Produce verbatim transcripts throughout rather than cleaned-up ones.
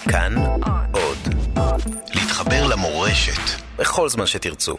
כאן עוד. להתחבר למורשת בכל זמן שתרצו.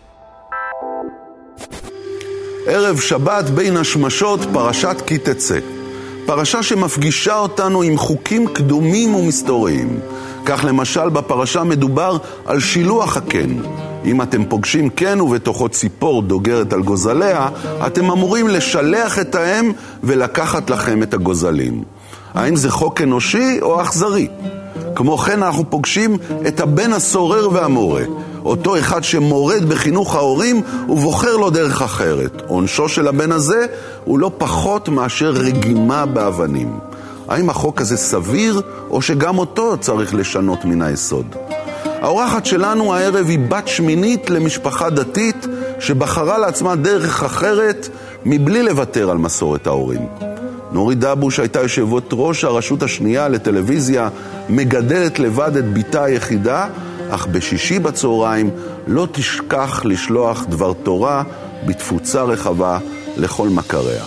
ערב שבת בין השמשות, פרשת כי תצא. פרשה שמפגישה אותנו עם חוקים קדומים ומסתוריים. כך למשל בפרשה מדובר על שילוח הקן. אם אתם פוגשים קן ובתוכו ציפור דוגרת על גוזליה, אתם אמורים לשלח את האם ולקחת לכם את הגוזלים. האם זה חוק אנושי או אכזרי? כמו כן אנחנו פוגשים את הבן הסורר והמורה, אותו אחד שמורד בחינוך ההורים ובוחר לו דרך אחרת. עונשו של הבן הזה הוא לא פחות מאשר רגימה באבנים. האם החוק הזה סביר או שגם אותו צריך לשנות מן היסוד? האורחת שלנו הערב היא בת שמינית למשפחה דתית שבחרה לעצמה דרך אחרת מבלי לוותר על מסורת ההורים. נורית דבוש הייתה יושבת ראש הרשות השנייה לטלוויזיה, מגדלת לבד את ביתה היחידה, אך בשישי בצהריים לא תשכח לשלוח דבר תורה בתפוצה רחבה לכל מכריה.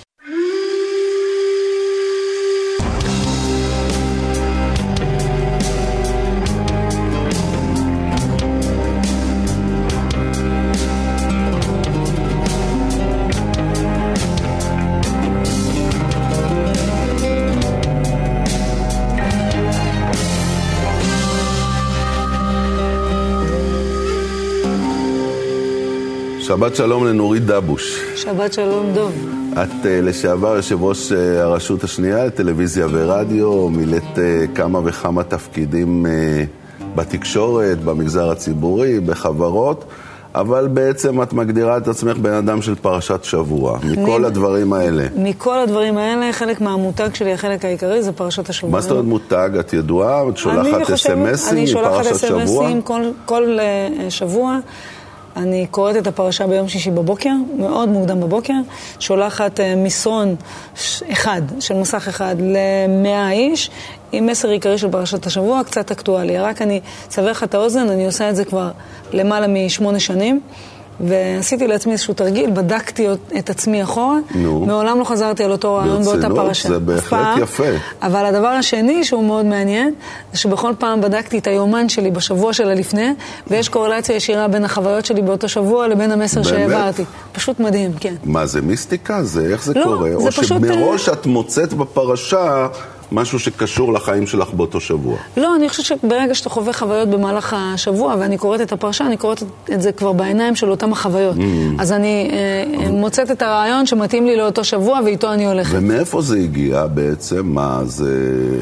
שבת שלום לנורית דבוש. שבת שלום דוב. את uh, לשעבר יושב ראש uh, הרשות השנייה לטלוויזיה ורדיו, מילאת uh, כמה וכמה תפקידים uh, בתקשורת, במגזר הציבורי, בחברות, אבל בעצם את מגדירה את עצמך בן אדם של פרשת שבוע. מכל הדברים האלה. מכל הדברים האלה, חלק מהמותג שלי, החלק העיקרי, זה פרשת השבוע. מה זאת אומרת מותג? את ידועה? את שולחת אס-אמסים מפרשת שבוע? אני שולחת אס-אמסים כל, כל uh, שבוע. אני קוראת את הפרשה ביום שישי בבוקר, מאוד מוקדם בבוקר, שולחת מסרון אחד, של מסך אחד, למאה איש, עם מסר עיקרי של פרשת השבוע, קצת אקטואלי. רק אני אסבר לך את האוזן, אני עושה את זה כבר למעלה משמונה שנים, ועשיתי לעצמי איזשהו תרגיל, בדקתי את עצמי אחורה, נו. מעולם לא חזרתי על אותו רעיון באותה פרשה. זה בהחלט יפה. אבל הדבר השני שהוא מאוד מעניין, זה שבכל פעם בדקתי את היומן שלי בשבוע שלה לפני, ויש קורלציה ישירה בין החוויות שלי באותו שבוע לבין המסר שהעברתי. פשוט מדהים, כן. מה זה מיסטיקה? זה איך זה לא, קורה? זה או פשוט... שמראש את מוצאת בפרשה משהו שקשור לחיים שלך באותו שבוע? לא, אני חושבת שברגע שאתה חווה חוויות במהלך השבוע, ואני קוראת את הפרשה, אני קוראת את זה כבר בעיניים של אותם החוויות. Mm. אז אני אה, מוצאת את הרעיון שמתאים לי לאותו שבוע, ואיתו אני הולכת. ומאיפה זה הגיע בעצם? מה זה...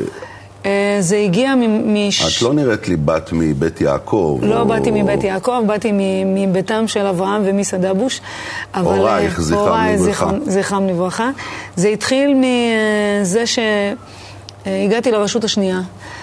אה, זה הגיע מ... את לא נראית לי בת מבית יעקב. לא או... באתי מבית יעקב, באתי מביתם של אברהם ומיסה דבוש. הורייך, זכרם לברכה. זכרם לברכה. זה התחיל מזה ש... הגעתי לרשות השנייה,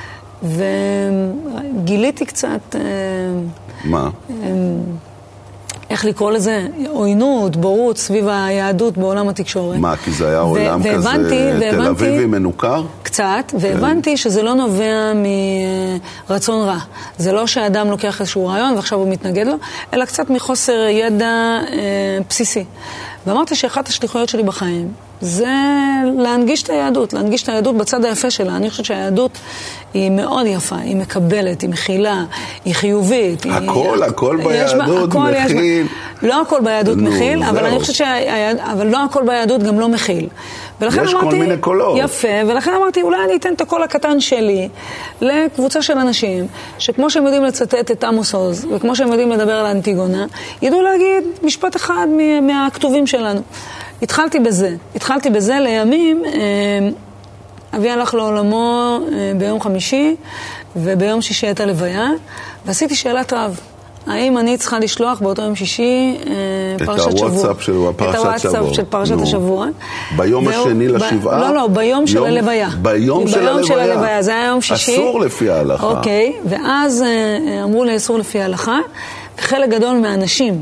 וגיליתי קצת... מה? איך לקרוא לזה? עוינות, בורות, סביב היהדות בעולם התקשורת. מה? כי זה היה עולם כזה תל אביבי מנוכר? קצת, והבנתי שזה לא נובע מרצון רע. זה לא שהאדם לוקח איזשהו רעיון ועכשיו הוא מתנגד לו, אלא קצת מחוסר ידע בסיסי. ואמרתי שאחת השליחויות שלי בחיים זה להנגיש את היהדות, להנגיש את היהדות בצד היפה שלה. אני חושבת שהיהדות היא מאוד יפה, היא מקבלת, היא מכילה, היא חיובית. הכל, היא... הכל ביהדות הכל מכיל. לא הכל ביהדות נו, מכיל, אבל אני חושבת שהיהדות, אבל לא הכל ביהדות גם לא מכיל. ולכן יש אמרתי, כל מיני קולות. יפה, ולכן אמרתי, אולי אני אתן את הקול הקטן שלי לקבוצה של אנשים, שכמו שהם יודעים לצטט את עמוס עוז, וכמו שהם יודעים לדבר על האנטיגונה, ידעו להגיד משפט אחד מהכתובים שלנו. התחלתי בזה, התחלתי בזה לימים, אבי הלך לעולמו ביום חמישי, וביום שישי הייתה לוויה, ועשיתי שאלת רב. האם אני צריכה לשלוח באותו יום שישי פרשת שבוע? את הוואטסאפ של פרשת שבוע. את הוואטסאפ של פרשת השבוע. ביום השני לשבעה? לא, לא, ביום של הלוויה. ביום של הלוויה? ביום של הלוויה, זה היה יום שישי. אסור לפי ההלכה. אוקיי, ואז אמרו לי אסור לפי ההלכה, וחלק גדול מהאנשים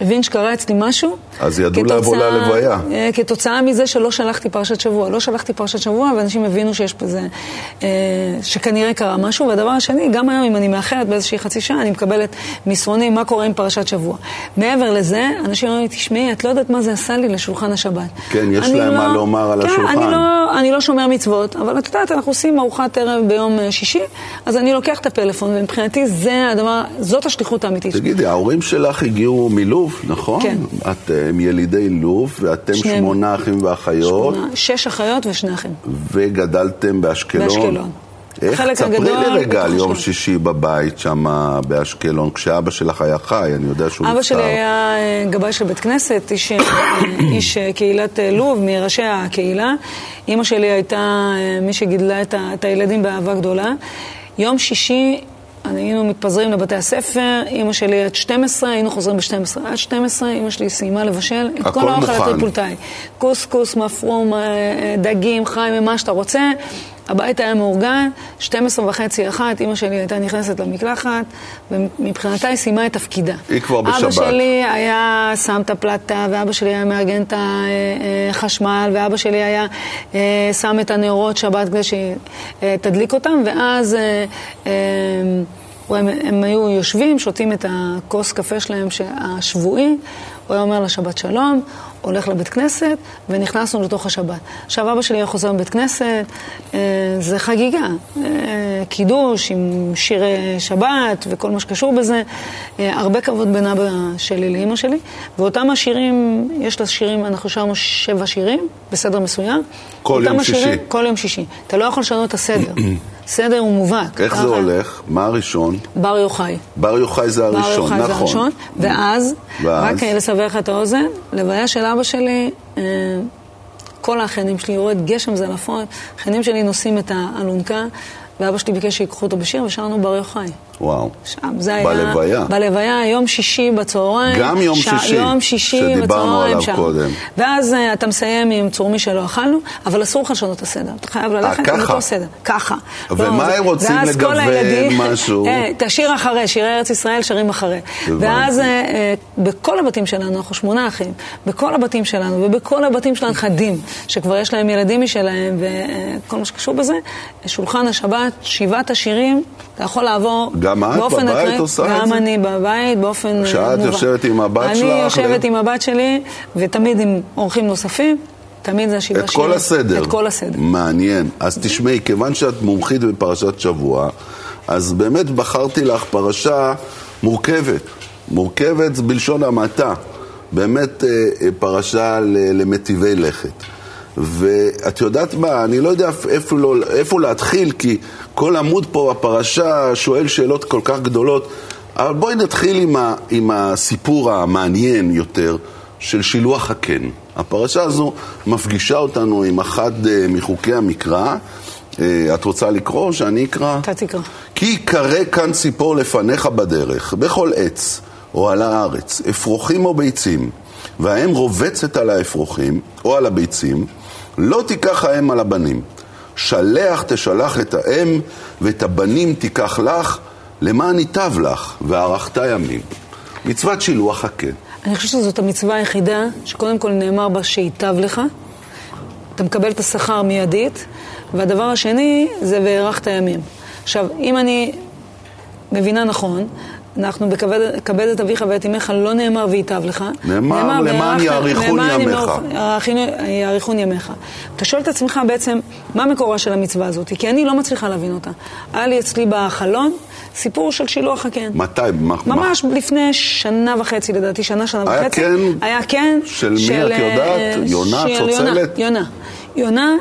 הבין שקרה אצלי משהו. אז ידעו לבוא ללוויה. כתוצאה מזה שלא שלחתי פרשת שבוע. לא שלחתי פרשת שבוע, ואנשים הבינו שיש בזה, שכנראה קרה משהו. והדבר השני, גם היום אם אני מאחרת באיזושהי חצי שעה, אני מקבלת מסרונים, מה קורה עם פרשת שבוע. מעבר לזה, אנשים אומרים, תשמעי, את לא יודעת מה זה עשה לי לשולחן השבת. כן, יש להם מה לומר על השולחן. אני לא, אני לא שומר מצוות, אבל את יודעת, אנחנו עושים ארוחת ערב ביום שישי, אז אני לוקח את הפלאפון, ומבחינתי זה הדבר, זאת השליחות האמיתית. תגידי, ההורים שלך הגיעו מלוב, נכון? כן. אתם ילידי לוב, ואתם שמונה אחים ואחיות. שמונה, שש אחיות ושני אחים. וגדלתם באשקלון. באשקלון. איך תספרי לי רגע על יום שישי בבית שם באשקלון, כשאבא שלך היה חי, אני יודע שהוא נפטר. אבא שלי היה גבאי של בית כנסת, איש, איש קהילת לוב, מראשי הקהילה. אמא שלי הייתה מי שגידלה את, ה, את הילדים באהבה גדולה. יום שישי היינו מתפזרים לבתי הספר, אמא שלי עד שתים עשרה, היינו חוזרים ב-שתים עשרה. עד שתים עשרה אמא שלי סיימה לבשל את כל האוכל הטריפולטאי. קוסקוס, מפרום, דגים, חיים, מה שאתה רוצה. הבית היה מאורגן, שתים עשרה וחצי אחת, אמא שלי הייתה נכנסת למקלחת, ומבחינתה היא סיימה את תפקידה. היא כבר בשבת. אבא שלי היה שם את הפלטה, ואבא שלי היה מארגן את החשמל, ואבא שלי היה שם את הנאורות שבת כדי שתדליק אותם, ואז הם, הם היו יושבים, שותים את הכוס קפה שלהם השבועי, הוא היה אומר לשבת שלום, הולך לבית כנסת, ונכנסנו לתוך השבת. עכשיו אבא שלי היה חוזר מבית כנסת, זה חגיגה, קידוש עם שירי שבת וכל מה שקשור בזה, הרבה כבוד בין אבא שלי לאמא שלי, ואותם השירים, יש לה שירים, אנחנו שרנו שבע שירים, בסדר מסוים. כל יום שישי. השירים, כל יום שישי. אתה לא יכול לשנות את הסדר. סדר הוא מובהק. איך זה הולך? מה הראשון? בר יוחאי. בר יוחאי זה הראשון, נכון. בר יוחאי זה הראשון, ואז, רק לסבר לך את האוזן, לוויה של אבא שלי, כל האחיינים שלי יורד גשם זלעפות, האחיינים שלי נושאים את האלונקה, ואבא שלי ביקש שיקחו אותו בשיר, ושרנו בר יוחאי. וואו. שם, זה היה... בלוויה. בלוויה, יום שישי בצהריים. גם יום שישי. יום שישי שדיברנו עליו שם. קודם. ואז uh, אתה מסיים עם צורמי שלא אכלנו, אבל אסור לך לשנות את הסדר. אתה חייב ללכת עם אותו סדר. ככה. ומה לא, הם רוצים לגוון הילדים, משהו? אה, תשיר אחרי, שירי ארץ ישראל שרים אחרי. ואז uh, uh, בכל הבתים שלנו, אנחנו שמונה אחים, בכל הבתים שלנו, ובכל הבתים של הנכדים, שכבר יש להם ילדים משלהם, וכל מה שקשור בזה, שולחן השבת, שבעת השירים, אתה יכול לעבור גם את בבית עושה את זה? גם אני בבית, באופן מובן. כשאת יושבת עם הבת שלך? אני יושבת עם הבת שלי, ותמיד עם אורחים נוספים, תמיד זה השבעה שירים. את כל הסדר? את כל הסדר. מעניין. אז תשמעי, כיוון שאת מומחית בפרשת שבוע, אז באמת בחרתי לך פרשה מורכבת. מורכבת בלשון המעטה. באמת פרשה למטיבי לכת. ואת יודעת מה, אני לא יודע איפה, לא, איפה להתחיל, כי כל עמוד פה בפרשה שואל שאלות כל כך גדולות, אבל בואי נתחיל עם, ה, עם הסיפור המעניין יותר של שילוח הקן. הפרשה הזו מפגישה אותנו עם אחד מחוקי המקרא. את רוצה לקרוא או שאני אקרא? אתה תקרא. כי יקרא כאן ציפור לפניך בדרך, בכל עץ או על הארץ, אפרוחים או ביצים, והאם רובצת על האפרוחים או על הביצים, לא תיקח האם על הבנים. שלח תשלח את האם, ואת הבנים תיקח לך, למען ייטב לך, וערכת ימים. מצוות שילוח הקן. אני חושבת שזאת המצווה היחידה, שקודם כל נאמר בה שייטב לך. אתה מקבל את השכר מיידית, והדבר השני זה וערכת ימים. עכשיו, אם אני מבינה נכון, אנחנו בכבד את אביך ואת אמך לא נאמר וייטב לך. נאמר למען יאריכון ימיך. יאריכון ימיך. אתה שואל את עצמך בעצם מה מקורה של המצווה הזאת, כי אני לא מצליחה להבין אותה. היה לי אצלי בחלון סיפור של שילוח הקן. מתי? ממש לפני שנה וחצי לדעתי, שנה, שנה וחצי. היה קן? היה קן. של מי את יודעת? יונה, צוצלת? יונה. יונה,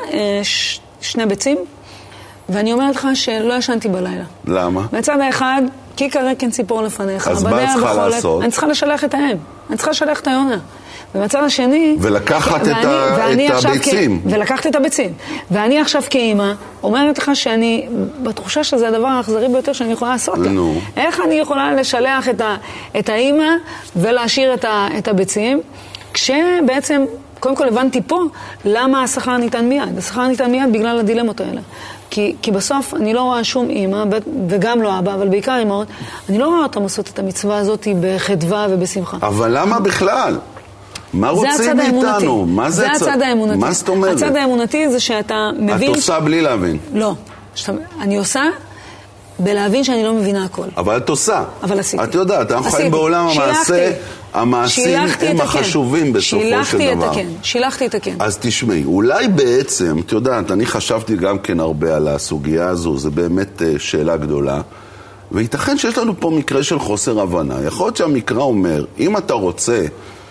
שני ביצים. ואני אומרת לך שלא ישנתי בלילה. למה? מצד האחד, כי כרגע כן ציפור לפניך. אז מה צריכה לעשות? אני צריכה לשלח את האם. אני צריכה לשלח את היונה. ומצד השני... ולקחת את הביצים. ולקחת את הביצים. ואני עכשיו כאימא אומרת לך שאני, בתחושה שזה הדבר האכזרי ביותר שאני יכולה לעשות לה. איך אני יכולה לשלח את האימא ולהשאיר את הביצים, כשבעצם... קודם כל הבנתי פה למה השכר ניתן מיד. השכר ניתן מיד בגלל הדילמות האלה. כי, כי בסוף אני לא רואה שום אימא, וגם לא אבא, אבל בעיקר אימהות, אני לא רואה אותם לעשות את המצווה הזאת בחדווה ובשמחה. אבל למה בכלל? מה רוצים מאיתנו? מה זה, זה הצד האמונתי. מה זאת אומרת? הצד האמונתי זה שאתה מבין... את עושה בלי להבין. לא. שאתה, אני עושה בלהבין שאני לא מבינה הכל. אבל את עושה. אבל עשיתי. את יודעת, אנחנו חיים בעולם המעשה, המעשים הם החשובים בסופו של דבר. שילחתי את הכן. שילחתי את הכן. אז תשמעי, אולי בעצם, את יודעת, אני חשבתי גם כן הרבה על הסוגיה הזו, זה באמת שאלה גדולה. וייתכן שיש לנו פה מקרה של חוסר הבנה. יכול להיות שהמקרא אומר, אם אתה רוצה,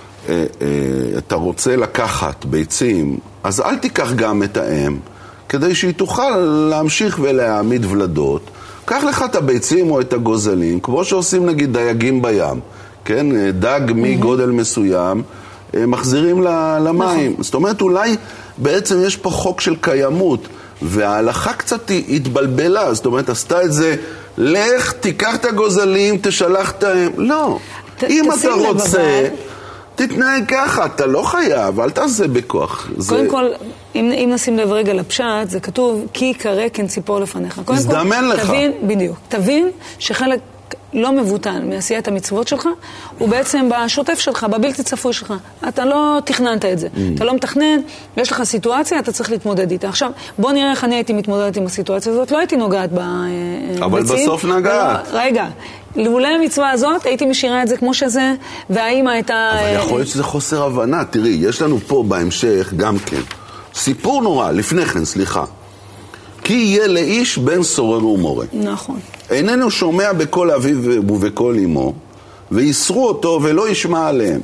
אתה רוצה לקחת ביצים, אז אל תיקח גם את האם, כדי שהיא תוכל להמשיך ולהעמיד ולדות. קח לך את הביצים או את הגוזלים, כמו שעושים נגיד דייגים בים, כן? דג מגודל מסוים, מחזירים למים. זאת אומרת, אולי בעצם יש פה חוק של קיימות, וההלכה קצת התבלבלה, זאת אומרת, עשתה את זה, לך, תיקח את הגוזלים, תשלח את האם. לא. אם אתה רוצה... תתנהג ככה, אתה לא חייב, אל תעשה בכוח. קודם כל, אם, אם נשים לב רגע לפשט, זה כתוב, כי קרא כן ציפור לפניך. הזדמן לך. תבין, בדיוק, תבין שחלק לא מבוטל מעשיית המצוות שלך, הוא בעצם בשוטף שלך, בבלתי צפוי שלך. אתה לא תכננת את זה. Mm. אתה לא מתכנן, יש לך סיטואציה, אתה צריך להתמודד איתה. עכשיו, בוא נראה איך אני הייתי מתמודדת עם הסיטואציה הזאת. לא הייתי נוגעת בביצים. אבל בסוף נגעת. רגע. לעולי המצווה הזאת, הייתי משאירה את זה כמו שזה, והאימא הייתה... אבל יכול להיות שזה חוסר הבנה. תראי, יש לנו פה בהמשך גם כן. סיפור נורא, לפני כן, סליחה. כי יהיה לאיש בן סורר ומורה. נכון. איננו שומע בכל אביו ובכל אמו, ויסרו אותו ולא ישמע עליהם.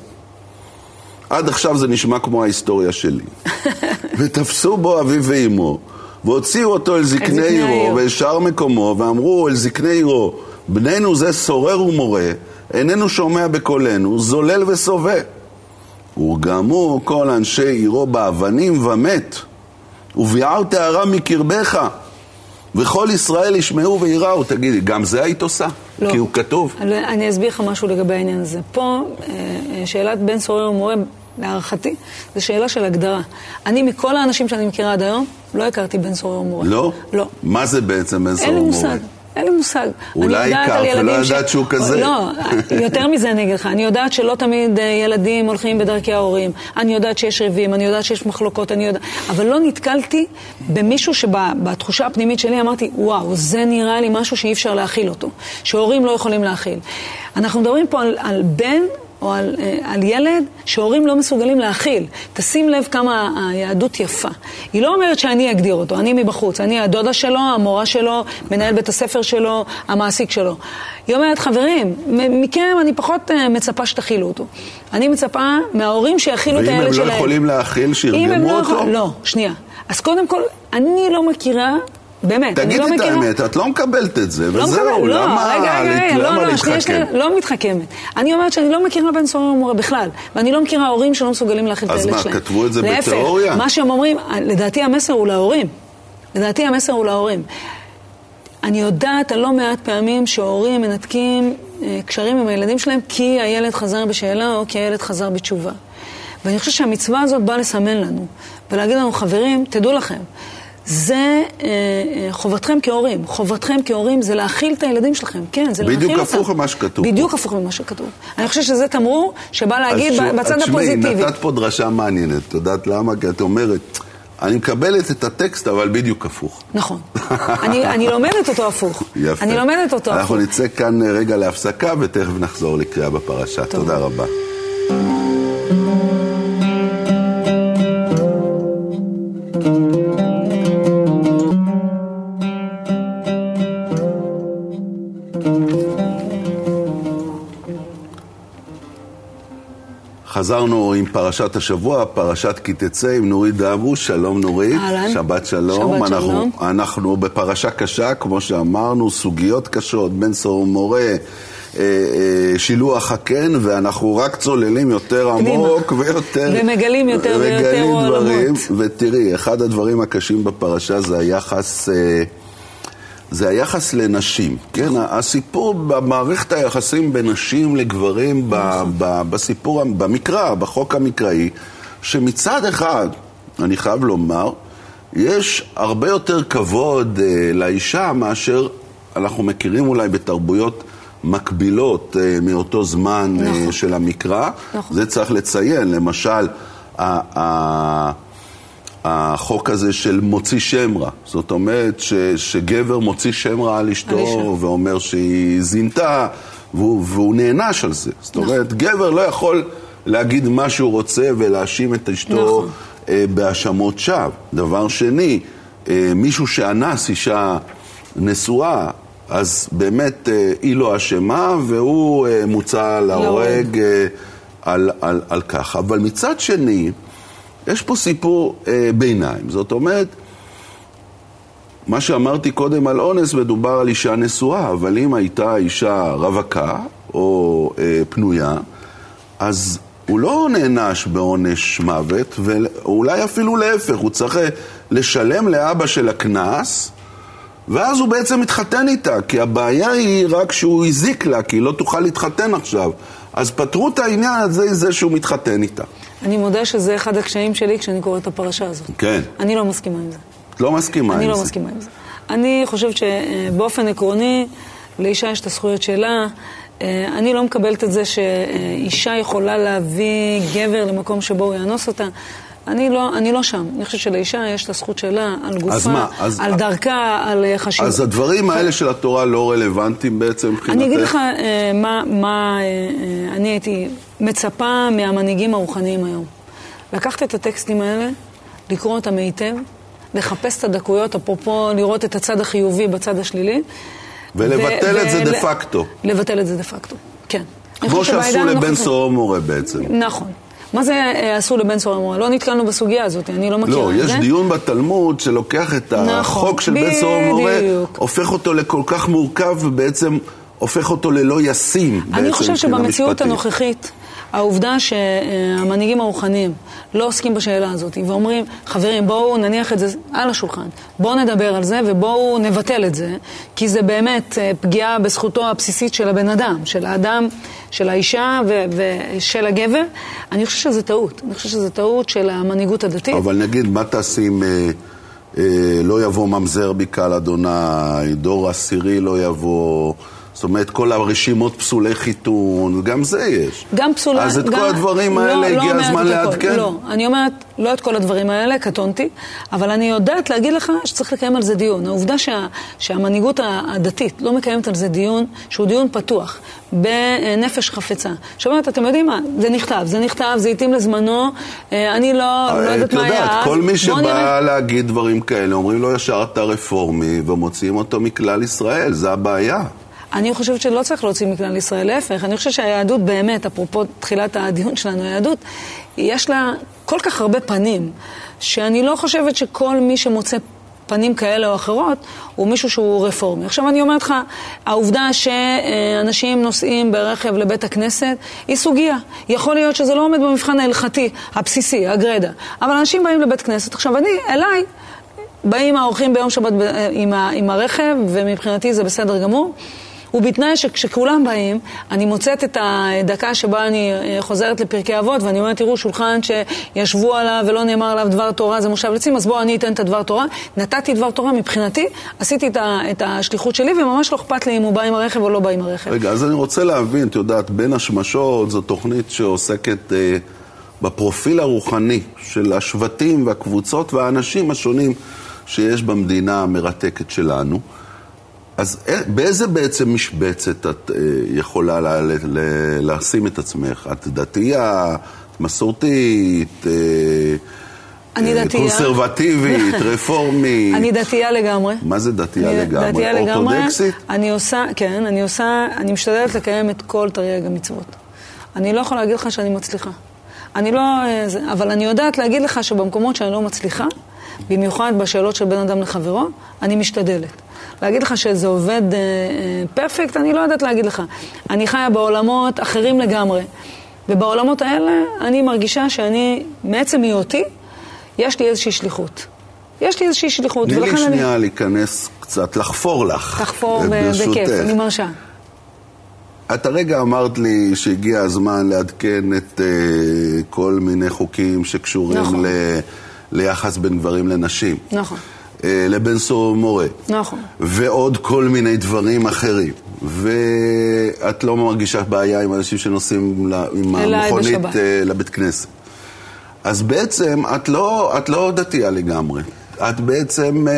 עד עכשיו זה נשמע כמו ההיסטוריה שלי. ותפסו בו אביו ואמו, והוציאו אותו אל זקני עירו, ואל שאר מקומו, ואמרו אל זקני עירו, בנינו זה סורר ומורה, איננו שומע בקולנו, זולל וסובה. ורגמו כל אנשי עירו באבנים ומת, וביער תארה מקרבך, וכל ישראל ישמעו ויראו. תגידי, גם זה היית עושה? לא. כי הוא כתוב. אני אסביר לך משהו לגבי העניין הזה. פה, שאלת בן סורר ומורה, להערכתי, זו שאלה של הגדרה. אני, מכל האנשים שאני מכירה עד היום, לא הכרתי בן סורר ומורה. לא? לא. מה זה בעצם בן סורר ומורה? אין לי מושג. אין לי מושג. אולי כך, ולא יודעת שהוא כזה. לא, יותר מזה אני אגיד לך. אני יודעת שלא תמיד ילדים הולכים בדרכי ההורים. אני יודעת שיש ריבים, אני יודעת שיש מחלוקות, אני יודעת... אבל לא נתקלתי במישהו שבתחושה הפנימית שלי אמרתי, וואו, זה נראה לי משהו שאי אפשר להכיל אותו. שהורים לא יכולים להכיל. אנחנו מדברים פה על, על בן... או על, על ילד שהורים לא מסוגלים להכיל. תשים לב כמה היהדות יפה. היא לא אומרת שאני אגדיר אותו, אני מבחוץ, אני הדודה שלו, המורה שלו, מנהל בית הספר שלו, המעסיק שלו. היא אומרת, חברים, מכם אני פחות מצפה שתכילו אותו. אני מצפה מההורים שיכילו את הילד שלהם. ואם הם לא יכולים להכיל, שירגמו אותו? לא, לא, שנייה. אז קודם כל, אני לא מכירה... באמת, אני לא מכירה... תגידי את האמת, את לא מקבלת את זה, לא וזהו, לא, למה, רגע, רגע, למה לא, לא, להתחכם? לא מתחכמת. אני אומרת שאני לא מכירה בן סורר ומורה בכלל, ואני לא מכירה הורים שלא מסוגלים להכיל את הילד שלהם. אז מה, כתבו את זה להפך, בתיאוריה? מה שהם אומרים, לדעתי המסר הוא להורים. לדעתי המסר הוא להורים. אני יודעת על לא מעט פעמים שההורים מנתקים אה, קשרים עם הילדים שלהם כי הילד חזר בשאלה או כי הילד חזר בתשובה. ואני חושבת שהמצווה הזאת באה לסמן לנו, ולהגיד לנו, חברים, תדעו לכם, זה אה, חובתכם כהורים. חובתכם כהורים זה להכיל את הילדים שלכם. כן, זה להכיל אותם. בדיוק הפוך ממה שכתוב. בדיוק הפוך ממה שכתוב. אני חושבת שזה תמרור שבא להגיד בצד הפוזיטיבי. תשמעי, נתת פה דרשה מעניינת. את יודעת למה? כי את אומרת, אני מקבלת את הטקסט, אבל בדיוק הפוך. נכון. אני, אני לומדת אותו הפוך. יפה. אני לומדת אותו הפוך. אנחנו נצא כאן רגע להפסקה, ותכף נחזור לקריאה בפרשה. טוב. תודה רבה. חזרנו עם פרשת השבוע, פרשת כי תצא עם נורית דאבוש. שלום נורית. אהלן. שבת שלום. שבת אנחנו, שלום. אנחנו בפרשה קשה, כמו שאמרנו, סוגיות קשות, בן סורר ומורה, שילוח הקן, ואנחנו רק צוללים יותר עמוק ויותר... ומגלים יותר ויותר עולמות. ותראי, אחד הדברים הקשים בפרשה זה היחס... זה היחס לנשים, כן? הסיפור במערכת היחסים בין נשים לגברים ב, ב, בסיפור, במקרא, בחוק המקראי, שמצד אחד, אני חייב לומר, יש הרבה יותר כבוד אה, לאישה מאשר אנחנו מכירים אולי בתרבויות מקבילות אה, מאותו זמן נכון. אה, של המקרא. נכון. זה צריך לציין, למשל, ה- ה- החוק הזה של מוציא שם רע. זאת אומרת ש- שגבר מוציא שם רע על אשתו ואומר שהיא זינתה, והוא, והוא נענש על זה. זאת אומרת, נכון. גבר לא יכול להגיד מה שהוא רוצה ולהאשים את אשתו נכון. אה, בהאשמות שווא. דבר שני, אה, מישהו שאנס אישה נשואה, אז באמת אה, היא לא אשמה, והוא אה, מוצא להורג אה, על, על, על כך. אבל מצד שני, יש פה סיפור אה, ביניים. זאת אומרת, מה שאמרתי קודם על אונס מדובר על אישה נשואה, אבל אם הייתה אישה רווקה או אה, פנויה, אז הוא לא נענש בעונש מוות, ואולי אפילו להפך, הוא צריך לשלם לאבא של הכנס, ואז הוא בעצם מתחתן איתה, כי הבעיה היא רק שהוא הזיק לה, כי היא לא תוכל להתחתן עכשיו. אז פתרו את העניין הזה, זה שהוא מתחתן איתה. אני מודה שזה אחד הקשיים שלי כשאני קוראת את הפרשה הזאת. כן. אני לא מסכימה עם זה. לא מסכימה עם זה. אני לא מסכימה עם זה. אני חושבת שבאופן עקרוני, לאישה יש את הזכויות שלה. אני לא מקבלת את זה שאישה יכולה להביא גבר למקום שבו הוא יאנוס אותה. אני לא, אני לא שם. אני חושבת שלאישה יש את הזכות שלה על גופה, אז מה, אז, על דרכה, על חשיבות. אז הדברים האלה של התורה לא רלוונטיים בעצם מבחינתך? אני אגיד לך מה, מה אני הייתי מצפה מהמנהיגים הרוחניים היום. לקחת את הטקסטים האלה, לקרוא אותם היטב, לחפש את הדקויות, אפרופו לראות את הצד החיובי בצד השלילי. ולבטל את זה דה פקטו. לבטל את זה דה פקטו, כן. כמו שעשו לבן סורר מורה בעצם. נכון. מה זה עשו לבן סורר מורה? לא נתקלנו בסוגיה הזאת, אני לא מכירה את זה. לא, יש דיון בתלמוד שלוקח את החוק של בן סורר מורה, הופך אותו לכל כך מורכב ובעצם הופך אותו ללא ישים. אני חושב שבמציאות הנוכחית, העובדה שהמנהיגים הרוחניים לא עוסקים בשאלה הזאת ואומרים, חברים, בואו נניח את זה על השולחן, בואו נדבר על זה ובואו נבטל את זה, כי זה באמת פגיעה בזכותו הבסיסית של הבן אדם, של האדם, של האישה ו- ושל הגבר. אני חושב שזה טעות. אני חושב שזה טעות של המנהיגות הדתית. אבל נגיד, מה תעשים, אה, אה, לא יבוא ממזר בקהל אדוני, דור עשירי לא יבוא... זאת אומרת, כל הרשימות פסולי חיתון, גם זה יש. גם פסולי... אז את גם, כל הדברים האלה לא, הגיע לא הזמן לעדכן? לא, אני אומרת, לא את כל הדברים האלה, קטונתי, אבל אני יודעת להגיד לך שצריך לקיים על זה דיון. העובדה שה, שהמנהיגות הדתית לא מקיימת על זה דיון, שהוא דיון פתוח, בנפש חפצה. שאומרת, אתם יודעים מה? זה נכתב, זה נכתב, זה התאים לזמנו, אני לא, לא יודעת מה היה. יודעת, כל מי שבא נראה... להגיד דברים כאלה, אומרים לו ישר אתה רפורמי, ומוציאים אותו מכלל ישראל, זה הבעיה. אני חושבת שלא צריך להוציא מכלל ישראל, להפך. אני חושבת שהיהדות באמת, אפרופו תחילת הדיון שלנו, היהדות, יש לה כל כך הרבה פנים, שאני לא חושבת שכל מי שמוצא פנים כאלה או אחרות, הוא מישהו שהוא רפורמי. עכשיו אני אומרת לך, העובדה שאנשים נוסעים ברכב לבית הכנסת, היא סוגיה. יכול להיות שזה לא עומד במבחן ההלכתי, הבסיסי, הגרדה. אבל אנשים באים לבית כנסת. עכשיו אני, אליי, באים האורחים ביום שבת עם, ה, עם הרכב, ומבחינתי זה בסדר גמור. ובתנאי שכשכולם באים, אני מוצאת את הדקה שבה אני חוזרת לפרקי אבות, ואני אומרת, תראו, שולחן שישבו עליו ולא נאמר עליו דבר תורה, זה מושב לצים, אז בואו אני אתן את הדבר תורה. נתתי דבר תורה מבחינתי, עשיתי את השליחות שלי, וממש לא אכפת לי אם הוא בא עם הרכב או לא בא עם הרכב. רגע, אז אני רוצה להבין, את יודעת, בין השמשות, זו תוכנית שעוסקת אה, בפרופיל הרוחני של השבטים והקבוצות והאנשים השונים שיש במדינה המרתקת שלנו. אז באיזה בעצם משבצת את יכולה לה, לה, לשים את עצמך? את דתייה, מסורתית, אני דתייה. קונסרבטיבית, רפורמית? אני דתייה לגמרי. מה זה דתייה לגמרי? דתייה לגמרי. אורתודקסית? אני עושה, כן, אני עושה, אני משתדלת לקיים את כל תרי"ג המצוות. אני לא יכולה להגיד לך שאני מצליחה. אני לא, אבל אני יודעת להגיד לך שבמקומות שאני לא מצליחה, במיוחד בשאלות של בן אדם לחברו, אני משתדלת. להגיד לך שזה עובד אה, אה, פרפקט, אני לא יודעת להגיד לך. אני חיה בעולמות אחרים לגמרי. ובעולמות האלה אני מרגישה שאני, מעצם היותי, יש לי איזושהי שליחות. יש לי איזושהי שליחות. תני לי שנייה אני... להיכנס קצת, לחפור לך. לחפור בכיף, אני מרשה. את הרגע אמרת לי שהגיע הזמן לעדכן את uh, כל מיני חוקים שקשורים נכון. ליחס בין גברים לנשים. נכון. לבן סור מורה. נכון. ועוד כל מיני דברים אחרים. ואת לא מרגישה בעיה עם אנשים שנוסעים עם המכונית לבית כנסת. אז בעצם את לא, את לא דתייה לגמרי. את בעצם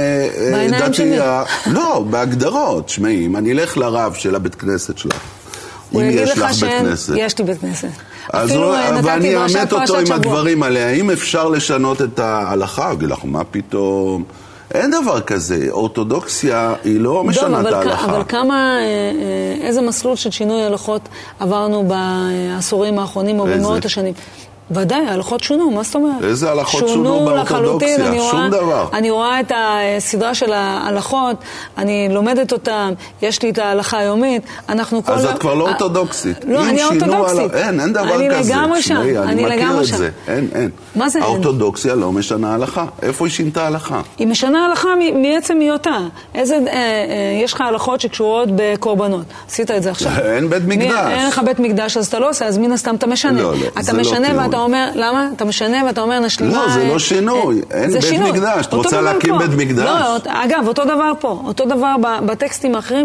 דתייה... לא, בהגדרות. שמעי, אם אני אלך לרב של הבית כנסת שלך, אם יש לך בית כנסת. יש לי בית כנסת. אז ואני אמת אותו עם הדברים עליה. האם אפשר לשנות את ההלכה? אגיד לך, מה פתאום? אין דבר כזה. אורתודוקסיה היא לא משנה את ההלכה. אבל כמה, איזה מסלול של שינוי הלכות עברנו בעשורים האחרונים או במאות השנים? ודאי, ההלכות שונו, מה זאת אומרת? איזה הלכות שונו באורתודוקסיה? שום דבר. אני רואה את הסדרה של ההלכות, אני לומדת אותם, יש לי את ההלכה היומית, אנחנו כל... אז את כבר לא אורתודוקסית. לא, אני אורתודוקסית. אין, אין דבר כזה. אני לגמרי שם. אני מכיר את זה. אין, אין. מה זה אין? האורתודוקסיה לא משנה הלכה. איפה היא שינתה הלכה? היא משנה הלכה מעצם היותה. איזה, יש לך הלכות שקשורות בקורבנות. עשית את זה עכשיו. אין בית מקדש. אין לך בית מקדש, אז אתה לא עושה, אז מן הסתם אתה משנה. לא, לא, אתה משנה ואתה אומר, למה? אתה משנה ואתה אומר, נשלימה... לא, זה לא שינוי. אין בית מקדש. את רוצה להקים בית מקדש? לא, אגב, אותו דבר פה. אותו דבר בטקסטים האחרים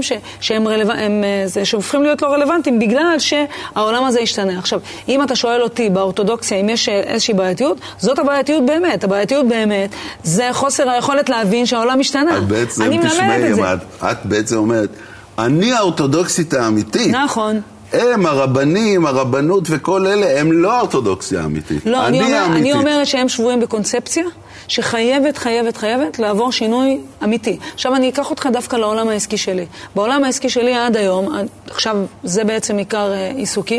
שהופכים להיות לא רלוונטיים בגלל שהעולם הזה ישתנה. עכשיו, אם אתה שואל אותי באורתודוקסיה, אם יש איזושהי בעייתיות, זאת הבעייתיות באמת. הבעייתיות באמת זה חוסר היכולת להבין שהעולם משתנה. את בעצם, תשמעי, את בעצם אומרת, אני האורתודוקסית האמיתית. נכון. הם, הרבנים, הרבנות וכל אלה, הם לא אורתודוקסיה אמיתית. לא, אני, אומר, אני אומרת שהם שבויים בקונספציה שחייבת, חייבת, חייבת לעבור שינוי אמיתי. עכשיו אני אקח אותך דווקא לעולם העסקי שלי. בעולם העסקי שלי עד היום, עכשיו זה בעצם עיקר עיסוקי,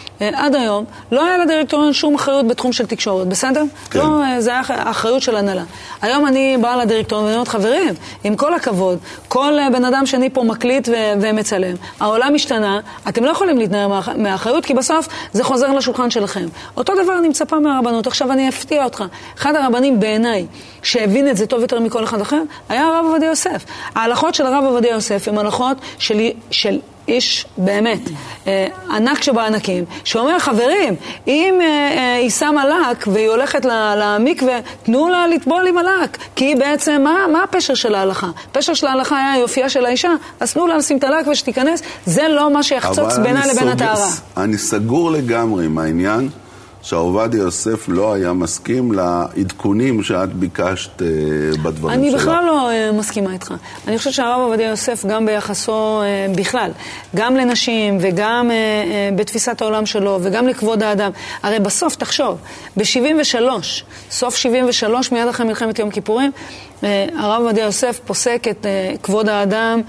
עד היום, לא היה לדירקטוריון שום אחריות בתחום של תקשורת, בסדר? כן. לא, זה היה אחריות של הנהלה. היום אני באה לדירקטוריון ואני אומרת, חברים, עם כל הכבוד, כל בן אדם שאני פה מקליט ו- ומצלם, העולם השתנה, אתם לא יכולים להתנער מה- מהאחריות, כי בסוף זה חוזר לשולחן שלכם. אותו דבר אני מצפה מהרבנות. עכשיו אני אפתיע אותך. אחד הרבנים בעיניי, שהבין את זה טוב יותר מכל אחד אחר, היה הרב עובדיה יוסף. ההלכות של הרב עובדיה יוסף הן הלכות של... של איש באמת, אה, ענק שבענקים, שאומר, חברים, אם אה, אה, היא שמה לק והיא הולכת למקווה, תנו לה לטבול עם הלק, כי היא בעצם, מה, מה הפשר של ההלכה? הפשר של ההלכה היה יופייה של האישה, אז תנו לה לשים את הלק ושתיכנס, זה לא מה שיחצוץ בינה לבין הטהרה. אני סגור לגמרי עם העניין, שהעובדיה יוסף לא היה מסכים לעדכונים שאת ביקשת בדברים אני שלך. אני בכלל לא מסכימה איתך. אני חושבת שהרב עובדיה יוסף גם ביחסו בכלל, גם לנשים וגם בתפיסת העולם שלו וגם לכבוד האדם. הרי בסוף תחשוב, ב-שבעים ושלוש, סוף שבעים ושלוש מיד אחרי מלחמת יום כיפורים, הרב עובדיה יוסף פוסק את כבוד האדם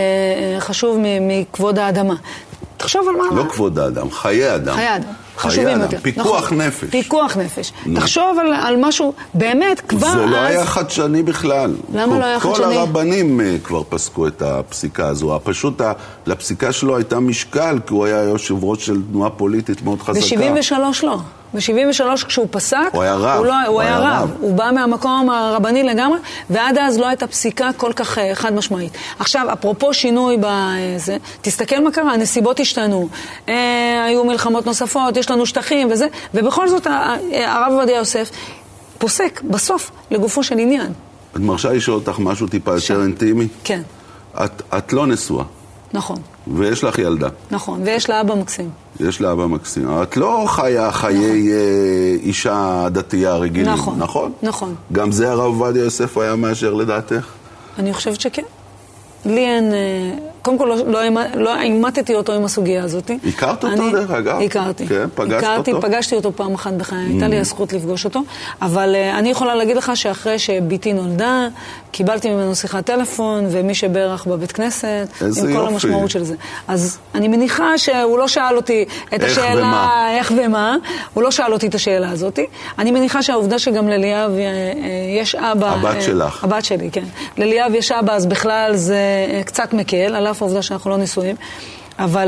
חשוב מכבוד האדמה. תחשוב על מה... לא כבוד האדם, חיי אדם. חיי אדם. חשובים יותר. פיקוח נכון. נפש. פיקוח נפש. נכון. תחשוב על, על משהו, באמת, כבר זה אז... לא היה חדשני בכלל. למה כל, לא היה כל חדשני? כל הרבנים כבר פסקו את הפסיקה הזו. פשוט ה, לפסיקה שלו הייתה משקל, כי הוא היה יושב ראש של תנועה פוליטית מאוד חזקה. ב-שבעים ושלוש לא. ב-שבעים ושלוש כשהוא פסק, הוא היה רב. הוא, לא, הוא, הוא היה היה רב. רב. הוא בא מהמקום הרבני לגמרי, ועד אז לא הייתה פסיקה כל כך חד משמעית. עכשיו, אפרופו שינוי בזה, תסתכל מה קרה, הנסיבות השתנו, אה, היו מלחמות נוספות, יש לנו שטחים וזה, ובכל זאת הרב עובדיה יוסף פוסק בסוף לגופו של עניין. את מרשה לשאול אותך משהו טיפה יותר אינטימי? כן. את, את לא נשואה. נכון. ויש לך ילדה. נכון, ויש לה אבא מקסים. יש לה אבא מקסים. את לא חיה חיי נכון. אישה דתייה רגילים, נכון? נכון? נכון. גם זה הרב עובדיה יוסף היה מאשר לדעתך? אני חושבת שכן. לי אין... קודם כל, לא, לא אימתתי אותו עם הסוגיה הזאת. הכרת אותו דרך אגב? הכרתי. כן, פגשת הכרתי, אותו? פגשתי אותו פעם אחת בחיי, הייתה לי הזכות לפגוש אותו. אבל uh, אני יכולה להגיד לך שאחרי שביתי נולדה, קיבלתי ממנו שיחת טלפון, ומי שברך בבית כנסת, עם כל יופי. המשמעות של זה. אז אני מניחה שהוא לא שאל אותי את איך השאלה, ומה. איך ומה, הוא לא שאל אותי את השאלה הזאת. אני מניחה שהעובדה שגם לליאב יש אבא... הבת שלך. הבת שלי, כן. לליאב יש אבא, אז בכלל זה קצת מקל, על אף העובדה שאנחנו לא נישואים. אבל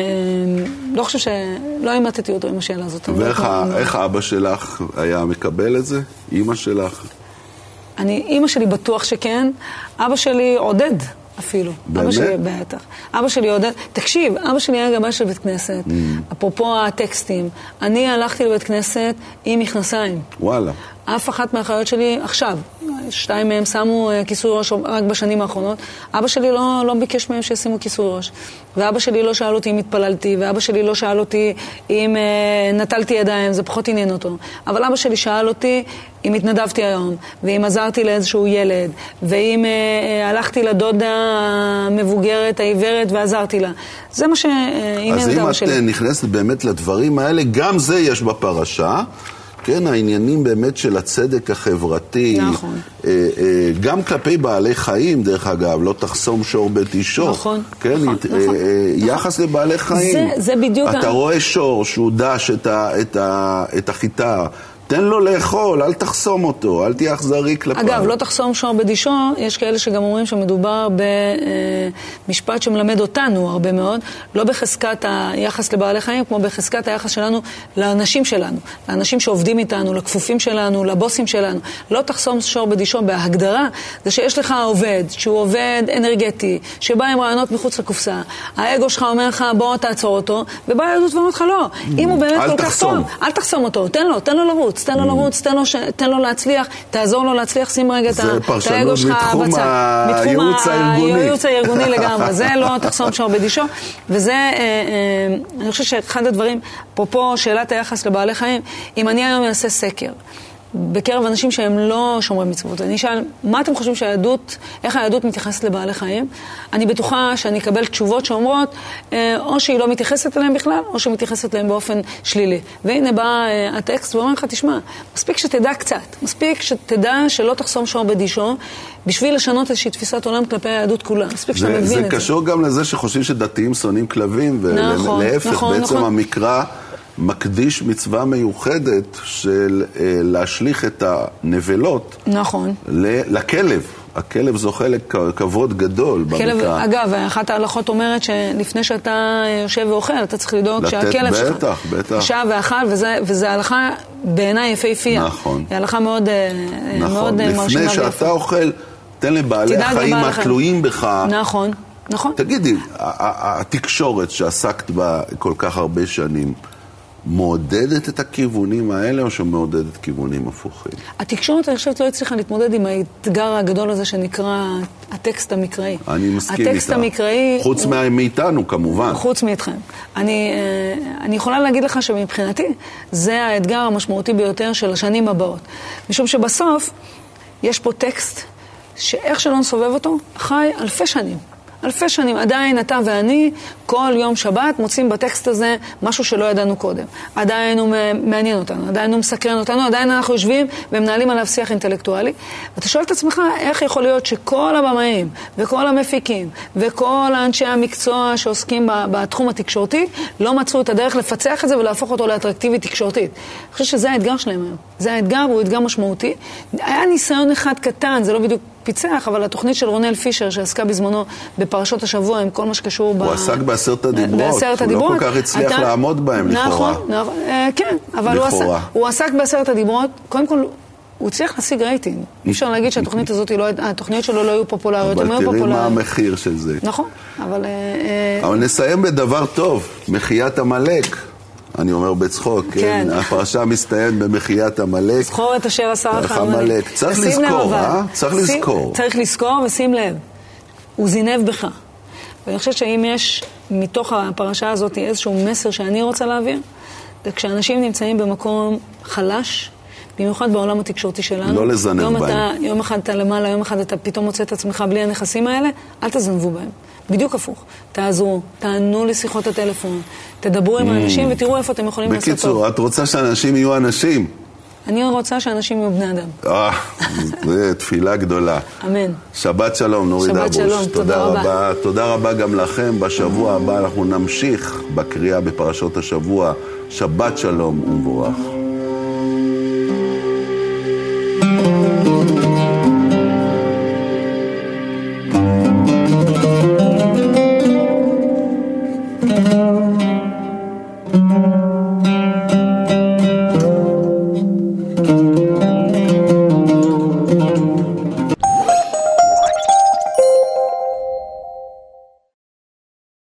לא חושב ש... לא אימתתי אותו עם השאלה הזאת. ואיך אבא שלך היה מקבל את זה? אמא שלך? אני, אמא שלי בטוח שכן. אבא שלי עודד אפילו. באמת? אבא שלי, בטח. אבא שלי עודד. תקשיב, אבא שלי היה גבאי של בית כנסת. Mm. אפרופו הטקסטים. אני הלכתי לבית כנסת עם מכנסיים. וואלה. אף אחת מהאחיות שלי עכשיו, שתיים מהם שמו כיסוי ראש רק בשנים האחרונות, אבא שלי לא, לא ביקש מהם שישימו כיסוי ראש. ואבא שלי לא שאל אותי אם התפללתי, ואבא שלי לא שאל אותי אם אה, נטלתי ידיים, זה פחות עניין אותו. אבל אבא שלי שאל אותי אם התנדבתי היום, ואם עזרתי לאיזשהו ילד, ואם אה, הלכתי לדודה המבוגרת, העיוורת, ועזרתי לה. זה מה שעניין את אבא שלי. אז אם את נכנסת באמת לדברים האלה, גם זה יש בפרשה. כן, העניינים באמת של הצדק החברתי, נכון. אה, אה, גם כלפי בעלי חיים, דרך אגב, לא תחסום שור בית אישו. נכון, כן, נכון, אה, נכון. אה, יחס נכון. לבעלי חיים. זה, זה בדיוק... אתה ה... רואה שור שהוא דש את, ה, את, ה, את החיטה, תן לו לאכול, אל תחסום אותו, אל תהיה אכזרי כלפיו. אגב, לא תחסום שור בדישו, יש כאלה שגם אומרים שמדובר במשפט שמלמד אותנו הרבה מאוד, לא בחזקת היחס לבעלי חיים, כמו בחזקת היחס שלנו לאנשים שלנו, לאנשים שעובדים איתנו, לכפופים שלנו, לבוסים שלנו. לא תחסום שור בדישו בהגדרה, זה שיש לך עובד, שהוא עובד אנרגטי, שבא עם רעיונות מחוץ לקופסה, האגו שלך אומר לך, בוא תעצור אותו, ובא היהדות ואומר לך, לא, אם הוא באמת כל כך טוב, אל תחסום אותו, תן לו, תן לו לרוץ. תן לו לרוץ, תן לו, תן לו להצליח, תעזור לו להצליח, שים רגע את האגו שלך בצד. זה פרשנות מתחום הייעוץ הארגוני. הייעוץ הארגוני לגמרי, זה לא תחסום שור בדישו, וזה, אני חושב שאחד הדברים, אפרופו שאלת היחס לבעלי חיים, אם אני היום אעשה סקר, בקרב אנשים שהם לא שומרי מצוות. אני אשאל, מה אתם חושבים שהיהדות, איך היהדות מתייחסת לבעלי חיים? אני בטוחה שאני אקבל תשובות שאומרות, או שהיא לא מתייחסת אליהם בכלל, או שהיא מתייחסת אליהם באופן שלילי. והנה בא הטקסט ואומר לך, תשמע, מספיק שתדע קצת, מספיק שתדע שלא תחסום שור בדישו, בשביל לשנות איזושהי תפיסת עולם כלפי היהדות כולה. מספיק שאתה מבין את זה. זה קשור גם לזה שחושבים שדתיים שונאים כלבים, ולהפך, בעצם המקרא מקדיש מצווה מיוחדת של אה, להשליך את הנבלות נכון. ל- לכלב. הכלב זוכה לכבוד גדול כלב, במקרא. אגב, אחת ההלכות אומרת שלפני שאתה יושב ואוכל, אתה צריך לדאוג שהכלב שלך... בטח, בטח. שעה ואכל, וזה, וזה הלכה בעיניי יפהפייה. נכון. היא הלכה מאוד, נכון. מאוד מרשימה. לפני שאתה ויפה. אוכל, תן לבעלי החיים התלויים בך. נכון, נכון. תגידי, התקשורת שעסקת בה כל כך הרבה שנים, מעודדת את הכיוונים האלה או שמעודדת כיוונים הפוכים? התקשורת, אני חושבת, לא הצליחה להתמודד עם האתגר הגדול הזה שנקרא הטקסט המקראי. אני מסכים הטקסט איתה. המקראי... חוץ הוא... מאיתנו, כמובן. חוץ מאיתכם. אני, אני יכולה להגיד לך שמבחינתי, זה האתגר המשמעותי ביותר של השנים הבאות. משום שבסוף, יש פה טקסט שאיך שלא נסובב אותו, חי אלפי שנים. אלפי שנים, עדיין אתה ואני, כל יום שבת מוצאים בטקסט הזה משהו שלא ידענו קודם. עדיין הוא מעניין אותנו, עדיין הוא מסקרן אותנו, עדיין אנחנו יושבים ומנהלים עליו שיח אינטלקטואלי. ואתה שואל את עצמך, איך יכול להיות שכל הבמאים וכל המפיקים וכל האנשי המקצוע שעוסקים בתחום התקשורתי לא מצאו את הדרך לפצח את זה ולהפוך אותו לאטרקטיבי תקשורתית. אני חושב שזה האתגר שלהם היום. זה האתגר, הוא אתגר משמעותי. היה ניסיון אחד קטן, זה לא בדיוק פיצח, אבל התוכנית של רונל פישר שעסקה בזמנו בפרשות השבוע עם כל מה שקשור הוא ב... עסק בעשרת הדיברות, בעשרת הוא הדיברות. לא כל כך הצליח אתה... לעמוד בהם, נכון, לכאורה. נכון, כן, אבל הוא עסק, הוא עסק בעשרת הדיברות, קודם כל הוא הצליח להשיג רייטינג. אי אפשר להגיד שהתוכנית הזאת, לא, התוכניות שלו לא היו פופולריות, אבל תראי מה המחיר של זה. נכון, אבל... אבל נסיים בדבר טוב, מחיית המלאק. אני אומר בצחוק, כן. הפרשה מסתיים במחיית המלאק. זכור את אשר עשה לך המלאק. צריך לזכור, אה? צריך לזכור. צריך לזכור ושים לב. הוא זינב בך. ואני חושבת שאם יש מתוך הפרשה הזאת איזשהו מסר שאני רוצה להעביר, זה כשאנשים נמצאים במקום חלש, במיוחד בעולם התקשורתי שלנו. לא לזנב יום בהם. אתה, יום אחד אתה למעלה, יום אחד אתה פתאום מוצא את עצמך בלי הנכסים האלה, אל תזנבו בהם. בדיוק הפוך. תעזרו, תענו לשיחות הטלפון, תדברו עם האנשים ותראו איפה אתם יכולים לעשות טוב. בקיצור, את רוצה שאנשים יהיו אנשים? אני רוצה שאנשים יהיו בני אדם. אה, זו תפילה גדולה. אמן. שבת שלום, נורית דבוש. שבת שלום, תודה רבה. תודה רבה גם לכם. בשבוע הבא אנחנו נמשיך בקריאה בפרשות השבוע. שבת שלום ומבורך. Thank you.